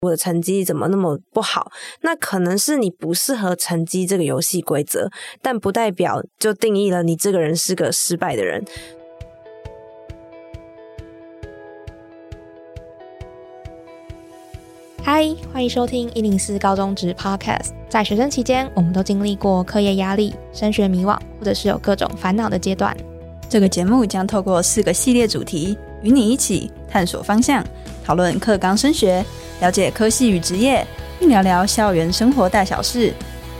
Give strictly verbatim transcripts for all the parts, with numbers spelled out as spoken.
我的成绩怎么那么不好，那可能是你不适合成绩这个游戏规则，但不代表就定义了你这个人是个失败的人。 嗨，欢迎收听一零四高中职 Podcast。 在学生期间，我们都经历过课业压力、升学迷惘，或者是有各种烦恼的阶段。 这个节目将透过四个系列主题，与你一起探索方向，讨论课纲升学，了解科系与职业，并聊聊校园生活大小事。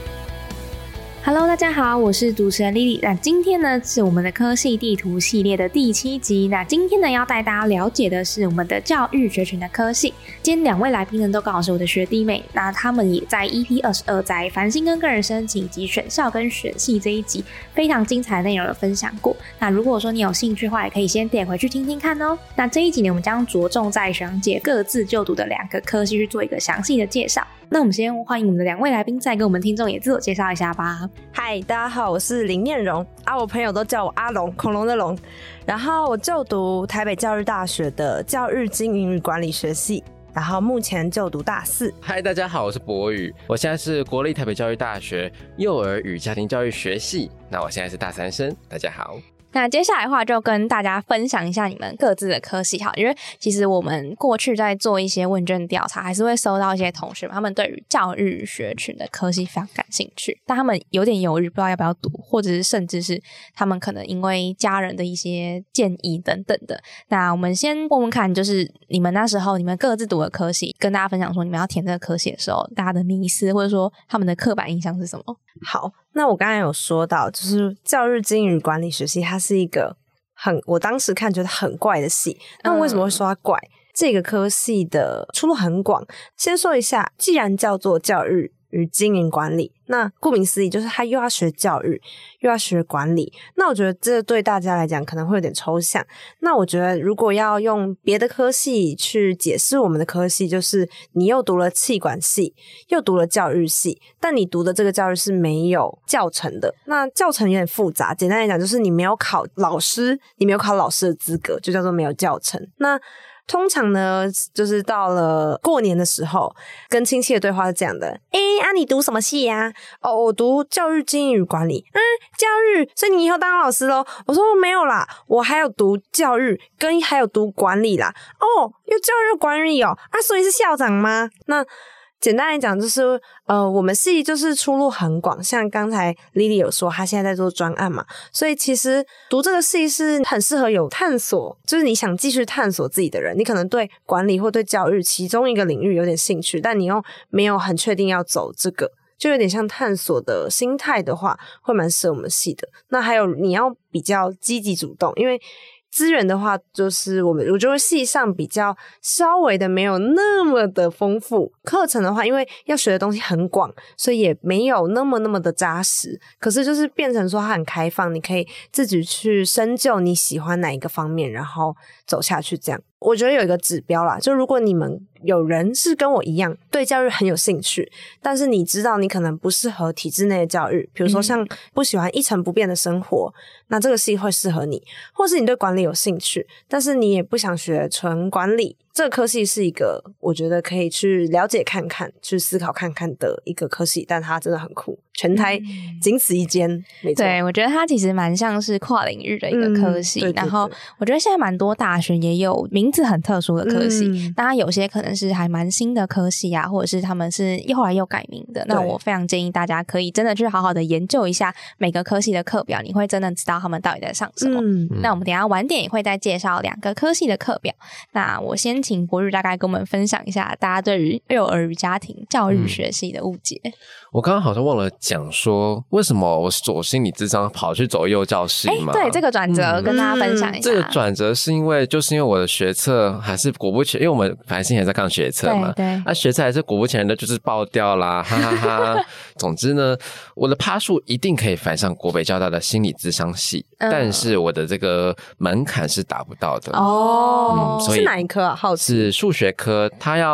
Hello， 大家好，我是主持人 Lily。那今天呢是我们的科系地图系列的第七集。那今天呢要带大家了解的是我们的教育学群的科系。今天两位来宾呢都刚好是我的学弟妹，那他们也在 E P 二十二 在繁星跟个人申请以及选校跟选系这一集非常精彩的内容有分享过。那如果说你有兴趣的话，也可以先点回去听听看哦。那这一集呢，我们将着重在学长姐各自就读的两个科系去做一个详细的介绍。那我们先欢迎我们的两位来宾，再跟我们听众也自我介绍一下吧。 嗨，大家好，我是林念荣啊，我朋友都叫我阿龙，恐龙的龙。然后我就读台北教育大学的教育经营与管理学系，然后目前就读大四。 嗨，大家好，我是博宇，我现在是国立台北教育大学幼儿与家庭教育学系，那我现在是大三生。大家好。 那接下来的话就跟大家分享一下你们各自的科系好，因为其实我们过去在做一些问卷调查，还是会收到一些同学他们对于教育学群的科系非常感兴趣，但他们有点犹豫，不知道要不要读，或者是甚至是他们可能因为家人的一些建议等等的。那我们先问问看，就是你们那时候你们各自读的科系，跟大家分享说你们要填这个科系的时候，大家的迷思或者说他们的刻板印象是什么？ 好，那我刚才有说到，就是教育经营与管理学系，它是一个很我当时看觉得很怪的系。那为什么会说它怪？嗯、这个科系的出路很广。先说一下，既然叫做教育与经营管理，那顾名思义就是他又要学教育又要学管理，那我觉得这对大家来讲可能会有点抽象。那我觉得如果要用别的科系去解释我们的科系，就是你又读了企管系又读了教育系，但你读的这个教育是没有教程的。那教程有点复杂，简单来讲就是你没有考老师，你没有考老师的资格，就叫做没有教程。那通常呢，就是到了过年的时候，跟亲戚的对话是这样的：诶啊，你读什么系呀、啊？哦，我读教育经营与管理。嗯，教育，所以你以后当老师咯？我说没有啦，我还有读教育，跟还有读管理啦。哦，有教育管理哦，啊，所以是校长吗？那简单来讲就是呃，我们系就是出路很广，像刚才 Lily 有说她现在在做专案嘛，所以其实读这个系是很适合有探索，就是你想继续探索自己的人，你可能对管理或对教育其中一个领域有点兴趣，但你又没有很确定要走这个，就有点像探索的心态的话，会蛮适合我们系的。那还有你要比较积极主动，因为资源的话，就是我们我觉得系上比较稍微的没有那么的丰富，课程的话因为要学的东西很广，所以也没有那么那么的扎实，可是就是变成说它很开放，你可以自己去深究你喜欢哪一个方面，然后走下去这样。我觉得有一个指标啦，就如果你们有人是跟我一样对教育很有兴趣，但是你知道你可能不适合体制内的教育，比如说像不喜欢一成不变的生活、嗯、那这个系会适合你，或是你对管理有兴趣，但是你也不想学纯管理，这个科系是一个我觉得可以去了解看看去思考看看的一个科系，但它真的很酷，全台仅此一间、嗯、没错。 对，我觉得它其实蛮像是跨领域的一个科系、嗯、对对对，然后我觉得现在蛮多大学也有名字很特殊的科系、嗯、那它有些可能是还蛮新的科系啊，或者是他们是后来又改名的，那我非常建议大家可以真的去好好的研究一下每个科系的课表，你会真的知道他们到底在上什么、嗯、那我们等一下晚点也会再介绍两个科系的课表。那我先请博宇大概跟我们分享一下大家对于幼儿与家庭教育学系的误解、嗯、 我刚刚好像忘了讲说为什么我走心理咨商跑去走幼教系嘛、 欸、对，这个转折、嗯、跟大家分享一下、嗯、 这个转折是因为就是因为我的学测还是果不其然，因为我们繁星也在看学测嘛， 对对， 那、啊、学测还是果不其然的就是爆掉啦，哈哈哈哈总之呢，我的趴数一定可以反上国北教大的心理咨商系、嗯、但是我的这个门槛是达不到的哦、嗯，所以是哪一科啊？好奇。 是数学科，它要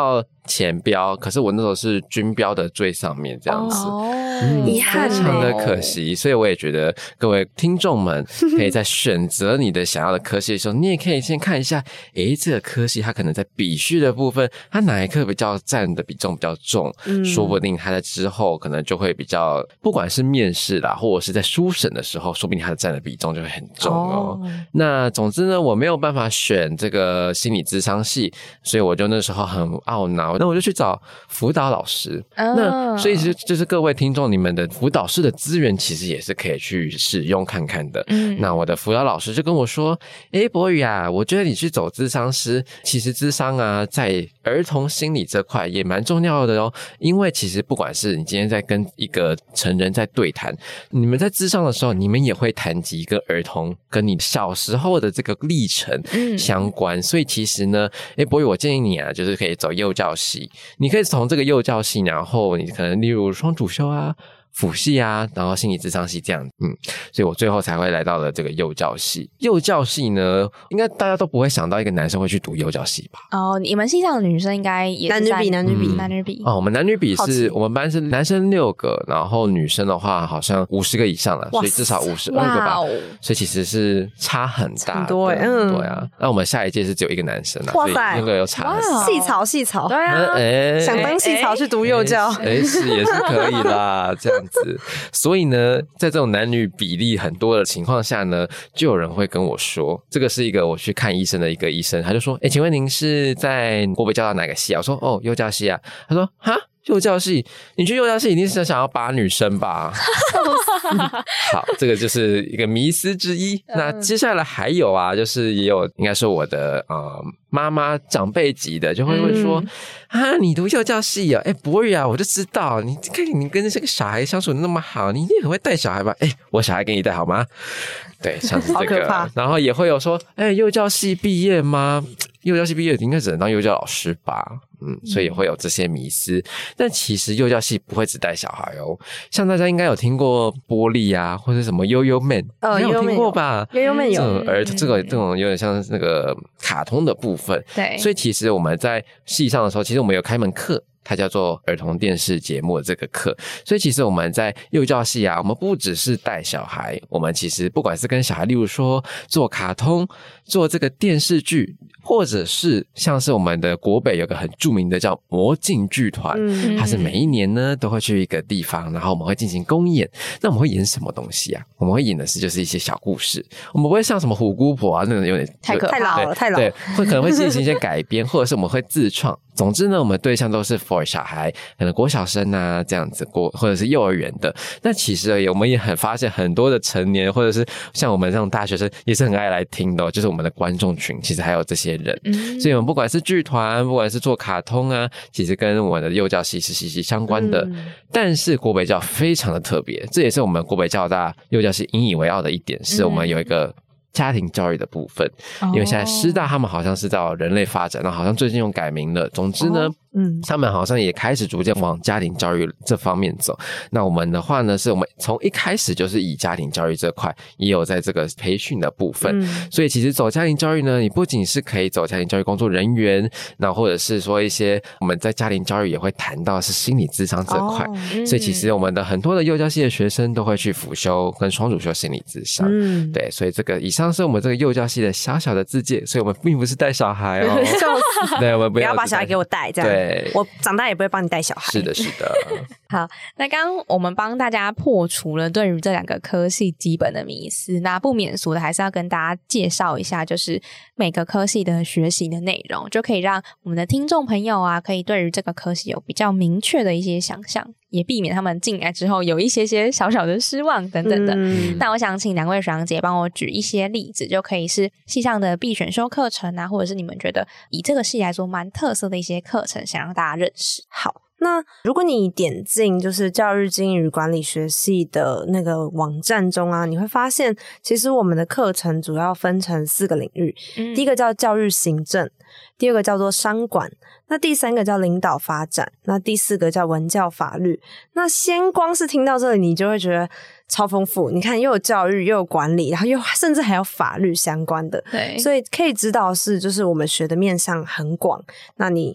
前标，可是我那时候是军标的最上面这样子。 哦嗯， 遗憾非常的可惜，所以我也觉得各位听众们可以在选择你的想要的科系的时候，你也可以先看一下，诶，这个科系它可能在比序的部分，它哪一科比较占的比重比较重，嗯、说不定它在之后可能就会比较，不管是面试啦，或者是在初审的时候，说不定它的占的比重就会很重哦。哦那总之呢，我没有办法选这个心理咨商系，所以我就那时候很懊恼，那我就去找辅导老师。哦、那所以就就是各位听众。你们的辅导师的资源其实也是可以去使用看看的。嗯，那我的辅导老师就跟我说：“诶，博宇啊，我觉得你去走諮商师，其实諮商啊，在儿童心理这块也蛮重要的哦。因为其实不管是你今天在跟一个成人在对谈，你们在諮商的时候，你们也会谈及跟儿童跟你小时候的这个历程相关。嗯、所以其实呢，诶，博宇，我建议你啊，就是可以走幼教系，你可以从这个幼教系，然后你可能例如双主修啊。”辅系啊，然后心理諮商系这样，嗯，所以我最后才会来到了这个幼教系。幼教系呢，应该大家都不会想到一个男生会去读幼教系吧？ 哦，你们系上的女生应该也是男女比，男女比， 嗯、男女比。 哦，我们男女比是我们班是男生六个，然后女生的话好像五十个以上了，所以至少五十二个吧。所以其实是差很大的， 很多哎，嗯， 对啊。那我们下一届是只有一个男生啊，所以那个有差很大。 系草系草， 对啊， 欸、 想当系草去读幼教， 哎、欸欸，是也是可以啦，这样子。所以呢，在这种男女比例很多的情况下呢，就有人会跟我说，这个是一个我去看医生的一个医生，他就说：“哎、欸，请问您是在国北教大哪个系啊？”我说：“哦，幼教系啊。”他说：“哈。”幼教系，你去幼教系一定是想要拔女生吧？好，这个就是一个迷思之一。那接下来还有啊，就是也有应该是我的呃妈妈长辈级的，就会问说、嗯、啊，你读幼教系啊？哎，博宇啊，我就知道你看你跟这个小孩相处那么好，你一定很会带小孩吧？哎，我小孩给你带好吗？对，像是这个，然后也会有说，哎，幼教系毕业吗？幼教系毕业应该只能当幼教老师吧，嗯，所以也会有这些迷思。但其实幼教系不会只带小孩哦，像大家应该有听过玻璃啊，或者什么悠悠 man， 呃， 有听过吧？ 悠悠 man 有， 而这个这种有点像那个卡通的部分， 对。 所以其实我们在系上的时候，其实我们有开门课。它叫做儿童电视节目的这个课，所以其实我们在幼教系啊，我们不只是带小孩，我们其实不管是跟小孩，例如说做卡通、做这个电视剧，或者是像是我们的国北有个很著名的叫魔镜剧团，嗯、它是每一年呢都会去一个地方，然后我们会进行公演。那我们会演什么东西啊？我们会演的是就是一些小故事，我们不会像什么虎姑婆啊那种有点太可太老了，太老了， 对，会可能会进行一些改编，或者是我们会自创。总之呢，我们对象都是 for 小孩，可能国小生啊这样子，国或者是幼儿园的。那其实而已，我们也很发现很多的成年或者是像我们这种大学生也是很爱来听的、哦，就是我们的观众群其实还有这些人。嗯、所以我们不管是剧团，不管是做卡通啊，其实跟我们的幼教系是息息相关的。嗯、但是国北教非常的特别，这也是我们国北教大幼教系引以为傲的一点，是我们有一个家庭教育的部分，因为现在师大他们好像是叫人类发展，那好像最近又改名了。总之呢，嗯，他们好像也开始逐渐往家庭教育这方面走。那我们的话呢，是我们从一开始就是以家庭教育这块也有在这个培训的部分，嗯、所以其实走家庭教育呢，你不仅是可以走家庭教育工作人员，那或者是说一些我们在家庭教育也会谈到是心理諮商这块，哦嗯、所以其实我们的很多的幼教系的学生都会去辅修跟双主修心理諮商，嗯，对，所以这个以上是我们这个幼教系的小小的自介，所以我们并不是带小孩哦，对，我们不要不要把小孩给我带，这样， 对， 我长大也不会帮你带小孩。 是的，是的。 好，那刚刚我们帮大家破除了对于这两个科系基本的迷思，那不免俗的还是要跟大家介绍一下，就是每个科系的学习的内容，就可以让我们的听众朋友啊，可以对于这个科系有比较明确的一些想象，也避免他们进来之后有一些些小小的失望等等的。嗯、那我想请两位学长姐帮我举一些例子，就可以是系上的必选修课程啊，或者是你们觉得以这个系来说蛮特色的一些课程，想让大家认识。 好，那如果你点进就是教育经营与管理学系的那个网站中啊，你会发现其实我们的课程主要分成四个领域，嗯、第一个叫教育行政，第二个叫做商管，那第三个叫领导发展，那第四个叫文教法律。那先光是听到这里，你就会觉得超丰富，你看又有教育又有管理，然后又甚至还有法律相关的， 对， 所以可以知道是就是我们学的面向很广，那你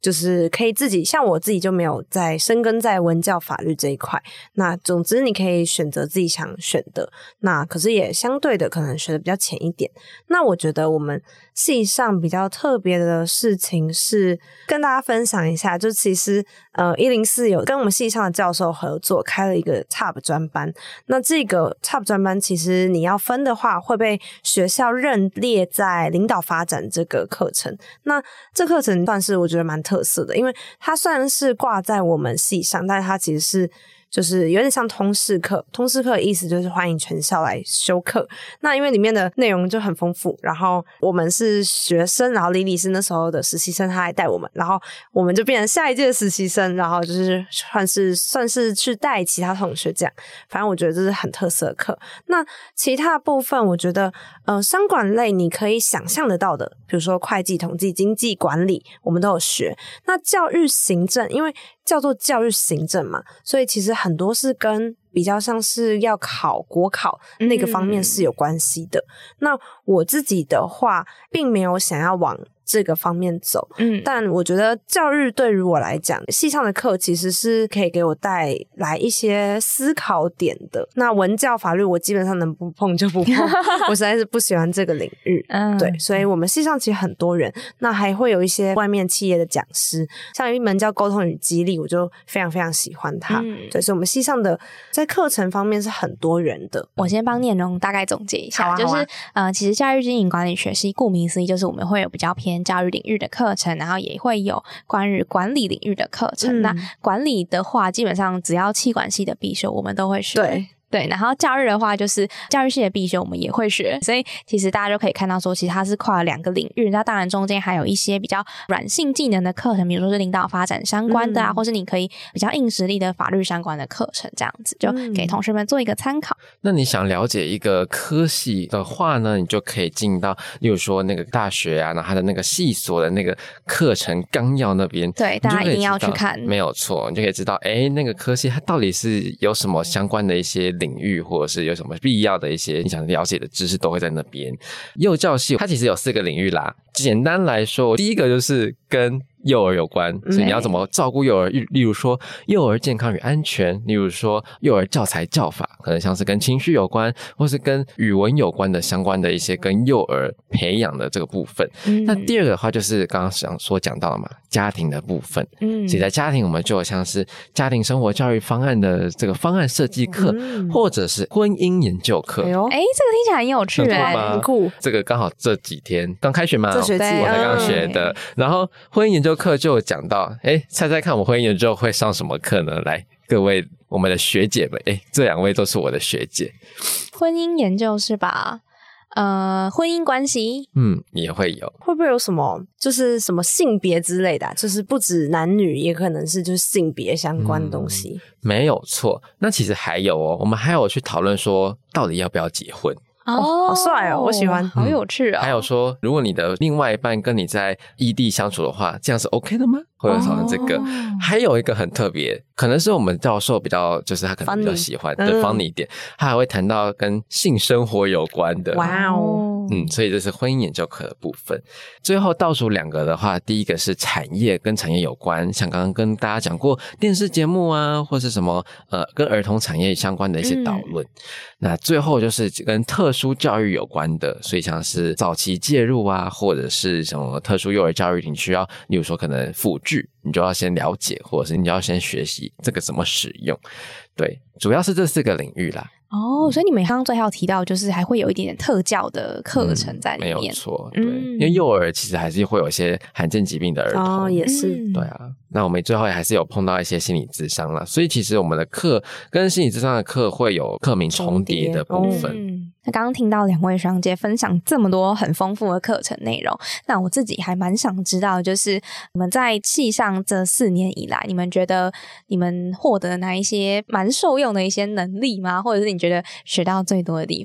就是可以自己，像我自己就没有在深耕在文教法律这一块。那总之你可以选择自己想选的，那可是也相对的可能学的比较浅一点。那我觉得我们系上比较特别的事情是跟大家分享一下，就其实呃一零四有跟我们系上的教授合作开了一个 T A B 专班。那这个 T A B 专班其实你要分的话会被学校认列在领导发展这个课程。那这课程算是我觉得蛮特色的，因为它虽然是挂在我们系上，但是它其实是就是有点像通识课。通识课的意思就是欢迎全校来修课。那因为里面的内容就很丰富，然后我们是学生，然后李李是那时候的实习生，他来带我们，然后我们就变成下一届的实习生，然后就是算是算是去带其他同学这样。反正我觉得这是很特色的课。那其他部分我觉得呃，商管类你可以想象得到的，比如说会计、统计、经济管理我们都有学。那教育行政因为叫做教育行政嘛，所以其实很多是跟比较像是要考国考那个方面是有关系的。嗯、那我自己的话并没有想要往这个方面走，嗯，但我觉得教育对于我来讲，系上的课其实是可以给我带来一些思考点的。那文教法律我基本上能不碰就不碰，我实在是不喜欢这个领域，嗯，对，所以我们系上其实很多人，那还会有一些外面企业的讲师，像有一门叫沟通与激励，我就非常非常喜欢它，嗯，对，所以我们系上的在课程方面是很多元的。 我先帮念荣大概总结一下， 啊、 就是呃，其实教育经营管理学系顾名思义就是我们会有比较偏教育领域的课程，然后也会有关于管理领域的课程，嗯，那管理的话基本上只要企管系的必修我们都会学， 对对，然后教育的话就是教育系的必修我们也会学，所以其实大家就可以看到说其实它是跨了两个领域。那当然中间还有一些比较软性技能的课程，比如说是领导发展相关的啊，嗯，或是你可以比较硬实力的法律相关的课程，这样子就给同学们做一个参考，嗯， 那你想了解一个科系的话呢，你就可以进到例如说那个大学啊，然后它的那个系所的那个课程纲要那边， 对，大家一定要去看， 没有错，你就可以知道诶那个科系它到底是有什么相关的一些领域，或者是有什么必要的一些你想了解的知识都会在那边。幼教系它其实有四个领域啦，简单来说第一个就是跟幼儿有关，所以你要怎么照顾幼儿，例如说幼儿健康与安全，例如说幼儿教材教法，可能像是跟情绪有关或是跟语文有关的相关的一些跟幼儿培养的这个部分，嗯，那第二个的话就是刚刚想说讲到了嘛，家庭的部分，嗯，所以在家庭我们就有像是家庭生活教育方案的这个方案设计课，嗯，或者是婚姻研究课。 哎呦，哎，这个听起来很有趣哎， 很酷。 这个刚好这几天刚开学嘛， 这学期我才刚学的，嗯，然后婚姻研究课就有讲到，哎，猜猜看我婚姻研究会上什么课呢？来，各位我们的学姐们，哎，这两位都是我的学姐。 婚姻研究是吧？呃，婚姻关系， 嗯，也会有， 会不会有什么就是什么性别之类的，啊，就是不止男女，也可能是就是性别相关的东西，嗯， 没有错。那其实还有哦，我们还有去讨论说，到底要不要结婚。 哦， 好帅哦，我喜欢， 好有趣啊，哦嗯！还有说，如果你的另外一半跟你在异地相处的话，这样是 OK 的吗？会有讨论这个，哦。还有一个很特别，可能是我们教授比较，就是他可能比较喜欢的 funny 一点，他还会谈到跟性生活有关的。 哇哦！ 嗯，所以这是婚姻研究课的部分。最后倒数两个的话，第一个是产业，跟产业有关，像刚刚跟大家讲过电视节目啊，或是什么呃跟儿童产业相关的一些导论，嗯。那最后就是跟特殊教育有关的，所以像是早期介入啊，或者是什么特殊幼儿教育，你需要例如说可能辅具，你就要先了解，或者是你要先学习这个怎么使用。对，主要是这四个领域啦。 哦，所以你们刚刚最后提到就是还会有一点点特教的课程在里面， 嗯，没有错，对，嗯，因为幼儿其实还是会有一些罕见疾病的儿童， 哦，也是， 对啊。那我们最后还是有碰到一些心理咨商啦，所以其实我们的课跟心理咨商的课会有课名重叠的部分。 嗯，那刚刚听到两位学长姐分享这么多很丰富的课程内容，那我自己还蛮想知道，就是你们在系上这四年以来，你们觉得你们获得哪一些蛮受用的一些能力吗？或者是你觉得学到最多的地方？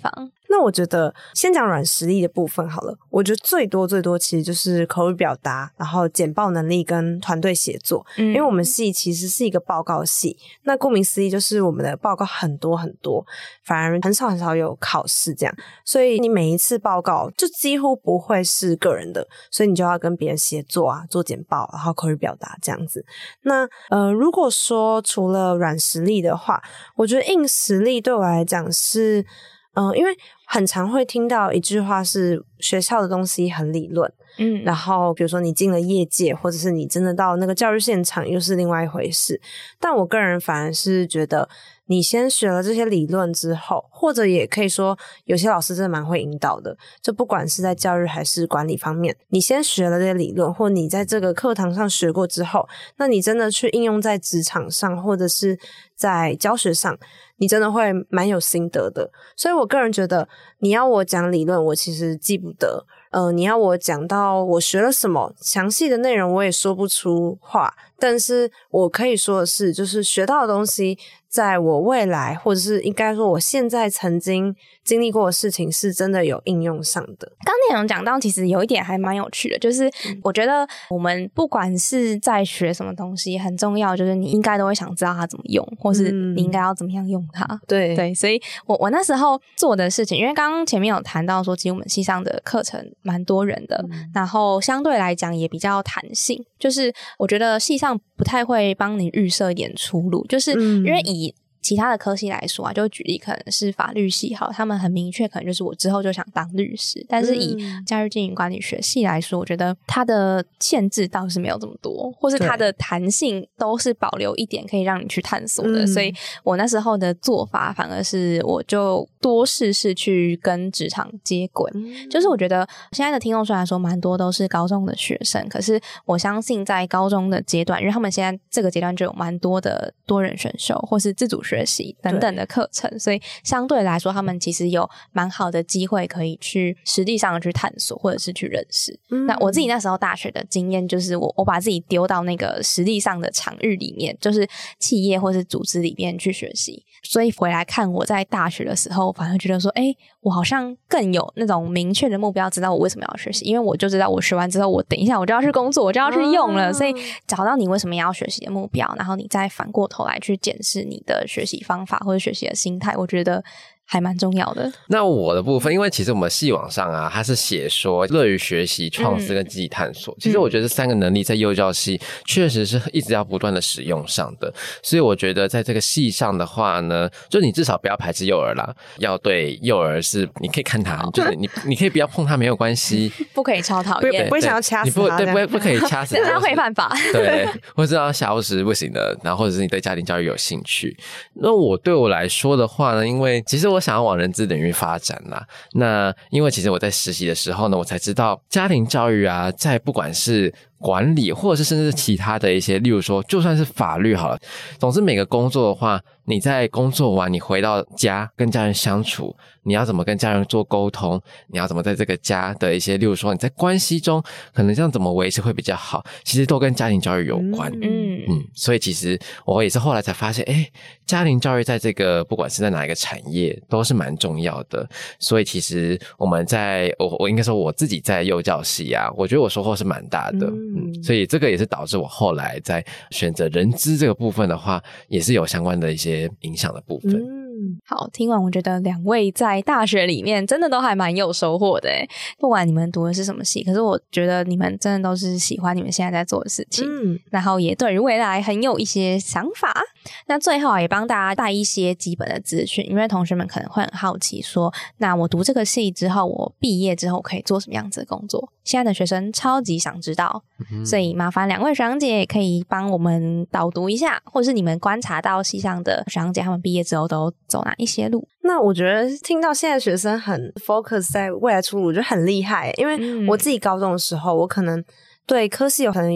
那我觉得先讲软实力的部分好了，我觉得最多最多其实就是口语表达，然后简报能力跟团队协作、嗯、因为我们系其实是一个报告系，那顾名思义就是我们的报告很多很多，反而很少很少有考试这样，所以你每一次报告就几乎不会是个人的，所以你就要跟别人协作啊，做简报然后口语表达这样子。那呃，如果说除了软实力的话，我觉得硬实力对我来讲是嗯、呃，因为很常会听到一句话是学校的东西很理论，嗯，然后比如说你进了业界，或者是你真的到那个教育现场又是另外一回事。但我个人反而是觉得你先学了这些理论之后，或者也可以说有些老师真的蛮会引导的，就不管是在教育还是管理方面，你先学了这些理论，或你在这个课堂上学过之后，那你真的去应用在职场上或者是在教学上，你真的会蛮有心得的。所以我个人觉得你要我讲理论我其实记不得，呃，你要我讲到我学了什么详细的内容我也说不出话，但是我可以说的是就是学到的东西在我未来或者是应该说我现在曾经经历过的事情是真的有应用上的。 刚内容讲到其实有一点还蛮有趣的，就是我觉得我们不管是在学什么东西很重要，就是你应该都会想知道它怎么用，或是你应该要怎么样用它、嗯、对对，所以我我那时候做的事情，因为刚刚前面有谈到说其实我们系上的课程蛮多人的、嗯、然后相对来讲也比较弹性，就是我觉得系上不太会帮你预设一点出路，就是因为以其他的科系来说啊，就举例可能是法律系好，他们很明确可能就是我之后就想当律师，但是以教育经营管理学系来说，我觉得它的限制倒是没有这么多，或是它的弹性都是保留一点可以让你去探索的、嗯、所以我那时候的做法反而是我就多试试去跟职场接轨、嗯、就是我觉得现在的听众虽然说蛮多都是高中的学生，可是我相信在高中的阶段，因为他们现在这个阶段就有蛮多的多人选修或是自主学习等等的课程，所以相对来说他们其实有蛮好的机会可以去实地上去探索或者是去认识、嗯、那我自己那时候大学的经验就是我我把自己丢到那个实地上的场域里面，就是企业或是组织里面去学习，所以回来看我在大学的时候反而觉得说诶我好像更有那种明确的目标，知道我为什么要学习，因为我就知道我学完之后我等一下我就要去工作，我就要去用了、哦、所以找到你为什么要学习的目标，然后你再反过头来去检视你的学习方法或者学习的心态，我觉得还蛮重要的。 那我的部分，因为其实我们系网上啊，它是写说乐于学习、创思跟积极探索、嗯、其实我觉得这三个能力在幼教系确实是一直要不断的使用上的，所以我觉得在这个系上的话呢，就你至少不要排斥幼儿啦，要对幼儿是你可以看他，就是你你可以不要碰他没有关系， 不可以超讨厌， 不会想要掐死他， 对，不会不可以掐死他， 这样会犯法， 对，或者要消失不行的，然后或者是你对家庭教育有兴趣。那我对我来说的话呢，因为其实我想要往人资领域发展啦，那因为其实我在实习的时候呢，我才知道家庭教育啊，在不管是管理或者是甚至是其他的一些，例如说就算是法律好了，总之每个工作的话，你在工作完你回到家跟家人相处，你要怎么跟家人做沟通，你要怎么在这个家的一些例如说你在关系中可能这样怎么维持会比较好，其实都跟家庭教育有关。嗯嗯，所以其实我也是后来才发现诶家庭教育在这个不管是在哪一个产业都是蛮重要的，所以其实我们在我我应该说我自己在幼教系啊，我觉得我收获是蛮大的。嗯嗯，所以这个也是导致我后来在选择人资这个部分的话，也是有相关的一些影响的部分。 嗯，好，听完我觉得两位在大学里面真的都还蛮有收获的诶，不管你们读的是什么系，可是我觉得你们真的都是喜欢你们现在在做的事情，嗯，然后也对于未来很有一些想法。那最后啊，也帮大家带一些基本的资讯，因为同学们可能会很好奇说，那我读这个系之后，我毕业之后可以做什么样子的工作？现在的学生超级想知道，嗯、所以麻烦两位学长姐也可以帮我们导读一下，或是你们观察到系上的学长姐他们毕业之后都走哪一些路。 那我觉得听到现在学生很 focus 在未来出路，我觉得很厉害，因为我自己高中的时候，我可能对科系有可能有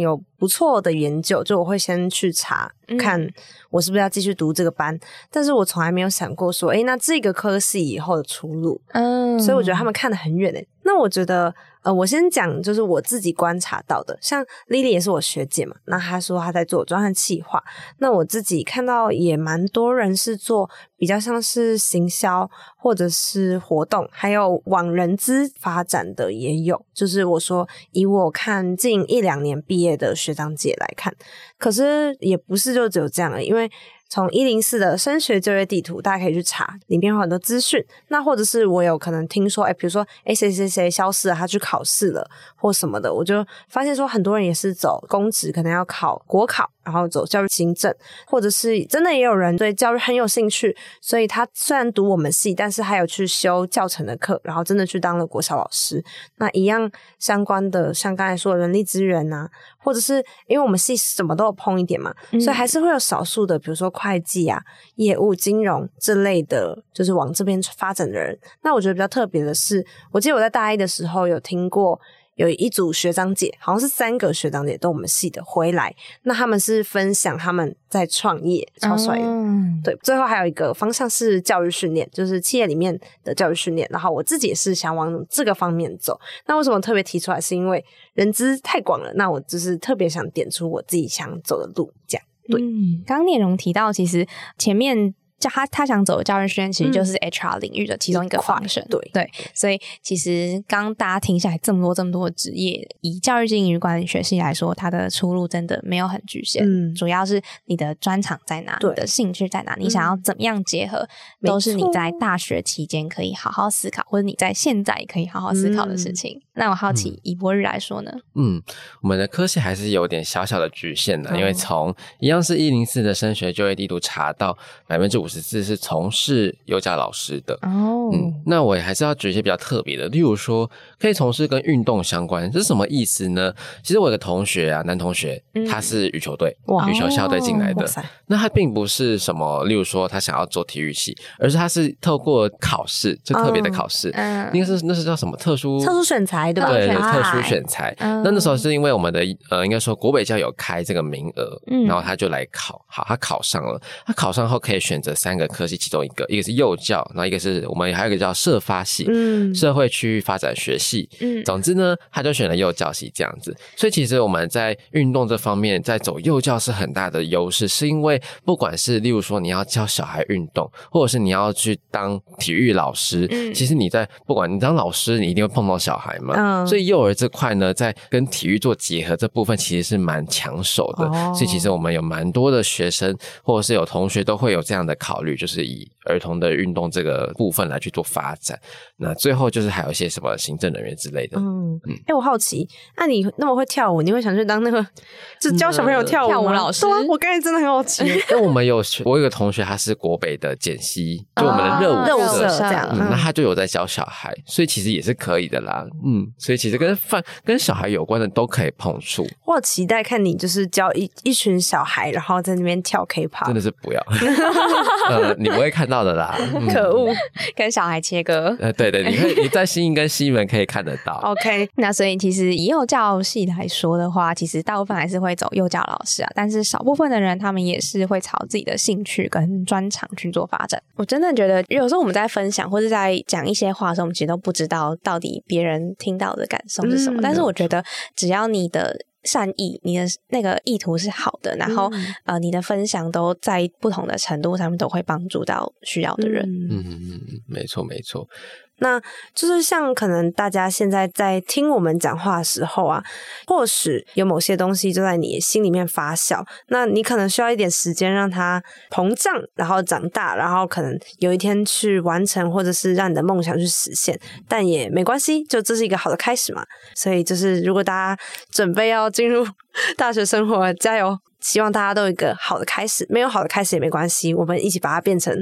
不错的研究，就我会先去查看我是不是要继续读这个班，嗯、但是我从来没有想过说，诶，那这个科系以后的出路，嗯，所以我觉得他们看得很远诶。那我觉得，呃，我先讲就是我自己观察到的，像 Lily 也是我学姐嘛，那她说她在做专案企划，那我自己看到也蛮多人是做比较像是行销或者是活动，还有往人资发展的也有，就是我说以我看近一两年毕业的学长姐来看，可是也不是就只有这样了，因为从一零四的升学就业地图，大家可以去查，里面有很多资讯。那或者是我有可能听说，哎，比如说，哎，谁谁谁消失了，他去考试了，或什么的，我就发现说，很多人也是走公职，可能要考国考，然后走教育行政，或者是真的也有人对教育很有兴趣，所以他虽然读我们系，但是还有去修教程的课，然后真的去当了国小老师。那一样相关的，像刚才说的人力资源啊，或者是因为我们系什么都有碰一点嘛，嗯、所以还是会有少数的，比如说会计啊、业务、金融这类的，就是往这边发展的人。那我觉得比较特别的是，我记得我在大一的时候有听过有一组学长姐，好像是三个学长姐都我们系的回来，那他们是分享他们在创业，超帅的。嗯、对，最后还有一个方向是教育训练，就是企业里面的教育训练，然后我自己也是想往这个方面走。那为什么特别提出来，是因为人资太广了，那我就是特别想点出我自己想走的路，这样。对， 嗯，刚刚内容提到，其实前面他他想走的教育训练，其实就是 H R 领域的其中一个方向。 对对，所以其实刚刚大家听下来这么多这么多的职业，以教育经营与管理学系来说，它的出路真的没有很局限。嗯，主要是你的专长在哪，你的兴趣在哪，你想要怎么样结合，嗯、都是你在大学期间可以好好思考，或者你在现在可以好好思考的事情。嗯、那我好奇，嗯、以博日来说呢？ 嗯，我们的科系还是有点小小的局限的，嗯、因为从一样是一零四的升学就业地图查到百分之五十四是从事幼教老师的哦，嗯，那我也还是要举一些比较特别的，例如说可以从事跟运动相关，这是什么意思呢？其实我有个同学啊，男同学，嗯、他是羽球队、羽球校队进来的，那他并不是什么，例如说他想要做体育系，而是他是透过考试，就特别的考试，嗯，应该是那是叫什么特殊特殊选材，对吧？ 对，特殊选材。嗯、那那时候是因为我们的呃，应该说国北教有开这个名额，嗯、然后他就来考，好，他考上了，他考上后可以选择三个科系其中一个，一个是幼教，然后一个是我们还有一个叫社发系，嗯，社会区域发展学系，嗯，总之呢，他就选了幼教系这样子。所以其实我们在运动这方面，在走幼教是很大的优势，是因为不管是例如说你要教小孩运动，或者是你要去当体育老师，嗯，其实你在不管你当老师，你一定会碰到小孩嘛，嗯，所以幼儿这块呢，在跟体育做结合这部分其实是蛮抢手的，哦，所以其实我们有蛮多的学生或者是有同学都会有这样的考虑，就是以儿童的运动这个部分来去做发展。那最后就是还有一些什么行政人员之类的。嗯嗯，哎，欸，我好奇，那你那么会跳舞，你会想去当那个就教小朋友跳舞， 跳舞老师？ 对啊，我刚才真的很好奇。 因为我们有我有一个同学，他是国北的简溪，就我们的热舞热舞社这样， 嗯，那他就有在教小孩，所以其实也是可以的啦。嗯，所以其实跟饭跟小孩有关的都可以碰触。 我好期待看你就是教一一群小孩，然后在那边跳 K-pop， 真的是不要，呃，你不会看到的啦。 嗯，可恶， 跟小孩切割。 呃，对对，你可以你在新营跟西门可以看得到。 OK， 那所以其实以幼教系来说的话，其实大部分还是会走幼教老师啊，但是少部分的人他们也是会朝自己的兴趣跟专长去做发展。我真的觉得有时候我们在分享或者在讲一些话的时候，我们其实都不知道到底别人听到的感受是什么，嗯，但是我觉得只要你的善意，你的那个意图是好的，然后，嗯、呃，你的分享都在不同的程度上面都会帮助到需要的人。 嗯嗯嗯，没错没错。 那就是像可能大家现在在听我们讲话的时候啊，或许有某些东西就在你心里面发酵，那你可能需要一点时间让它膨胀，然后长大，然后可能有一天去完成，或者是让你的梦想去实现，但也没关系，就这是一个好的开始嘛。所以就是如果大家准备要进入大学生活，加油！希望大家都有一个好的开始，没有好的开始也没关系，我们一起把它变成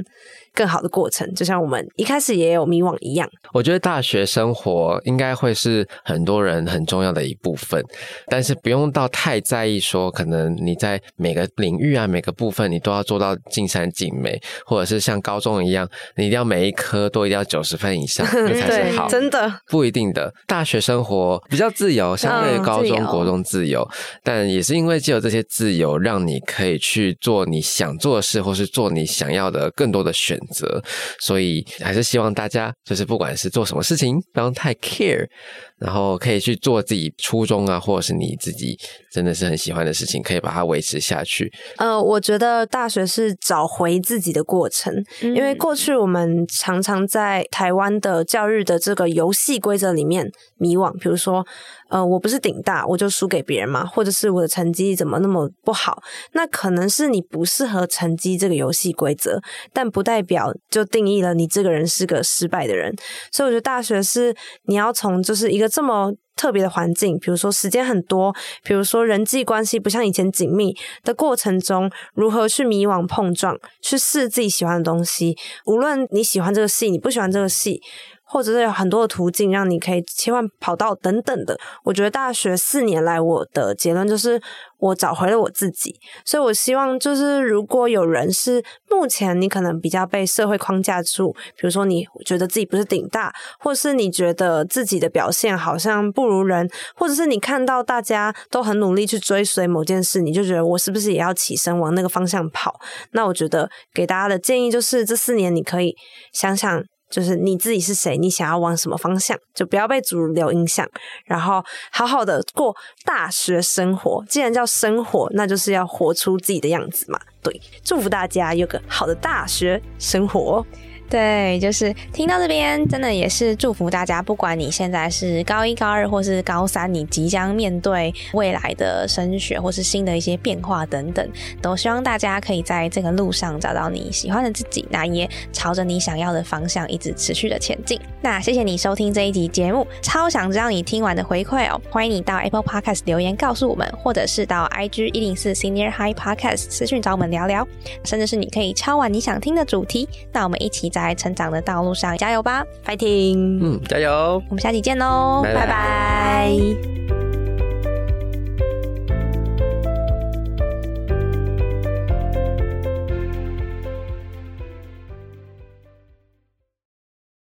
更好的过程，就像我们一开始也有迷惘一样。 我觉得大学生活应该会是很多人很重要的一部分，但是不用到太在意说可能你在每个领域啊每个部分你都要做到尽善尽美，或者是像高中一样你一定要每一科都一定要九十分以上那才是好。 真的不一定的，大学生活比较自由，相对于高中、嗯、国中自由，但也是因为藉由这些自由让你可以去做你想做的事，或是做你想要的更多的选择，所以还是希望大家就是不管是做什么事情不要太 care， 然后可以去做自己初衷啊，或者是你自己真的是很喜欢的事情，可以把它维持下去。 呃，我觉得大学是找回自己的过程、嗯、因为过去我们常常在台湾的教育的这个游戏规则里面迷惘，比如说呃，我不是顶大我就输给别人嘛，或者是我的成绩怎么那么不好，那可能是你不适合成绩这个游戏规则，但不代表就定义了你这个人是个失败的人。所以我觉得大学是你要从就是一个这么特别的环境，比如说时间很多，比如说人际关系不像以前紧密的过程中，如何去迷惘碰撞，去试自己喜欢的东西，无论你喜欢这个系你不喜欢这个系，或者是有很多的途径让你可以切换跑道等等的。我觉得大学四年来我的结论就是我找回了我自己，所以我希望就是如果有人是目前你可能比较被社会框架住，比如说你觉得自己不是顶大，或是你觉得自己的表现好像不如人，或者是你看到大家都很努力去追随某件事，你就觉得我是不是也要起身往那个方向跑。那我觉得给大家的建议就是这四年你可以想想就是你自己是谁，你想要往什么方向，就不要被主流影响，然后好好的过大学生活。既然叫生活，那就是要活出自己的样子嘛。对，祝福大家有个好的大学生活。 对，就是听到这边真的也是祝福大家，不管你现在是高一高二或是高三，你即将面对未来的升学或是新的一些变化等等，都希望大家可以在这个路上找到你喜欢的自己，那也朝着你想要的方向一直持续的前进。那谢谢你收听这一集节目，超想知道你听完的回馈哦，欢迎你到 Apple Podcast 留言告诉我们，或者是到 I G 一零四 Senior High Podcast 私讯找我们聊聊，甚至是你可以敲完你想听的主题，那我们一起在在成长的道路上加油吧 ，fighting！ 嗯，加油！ 我们下期见喽，拜拜。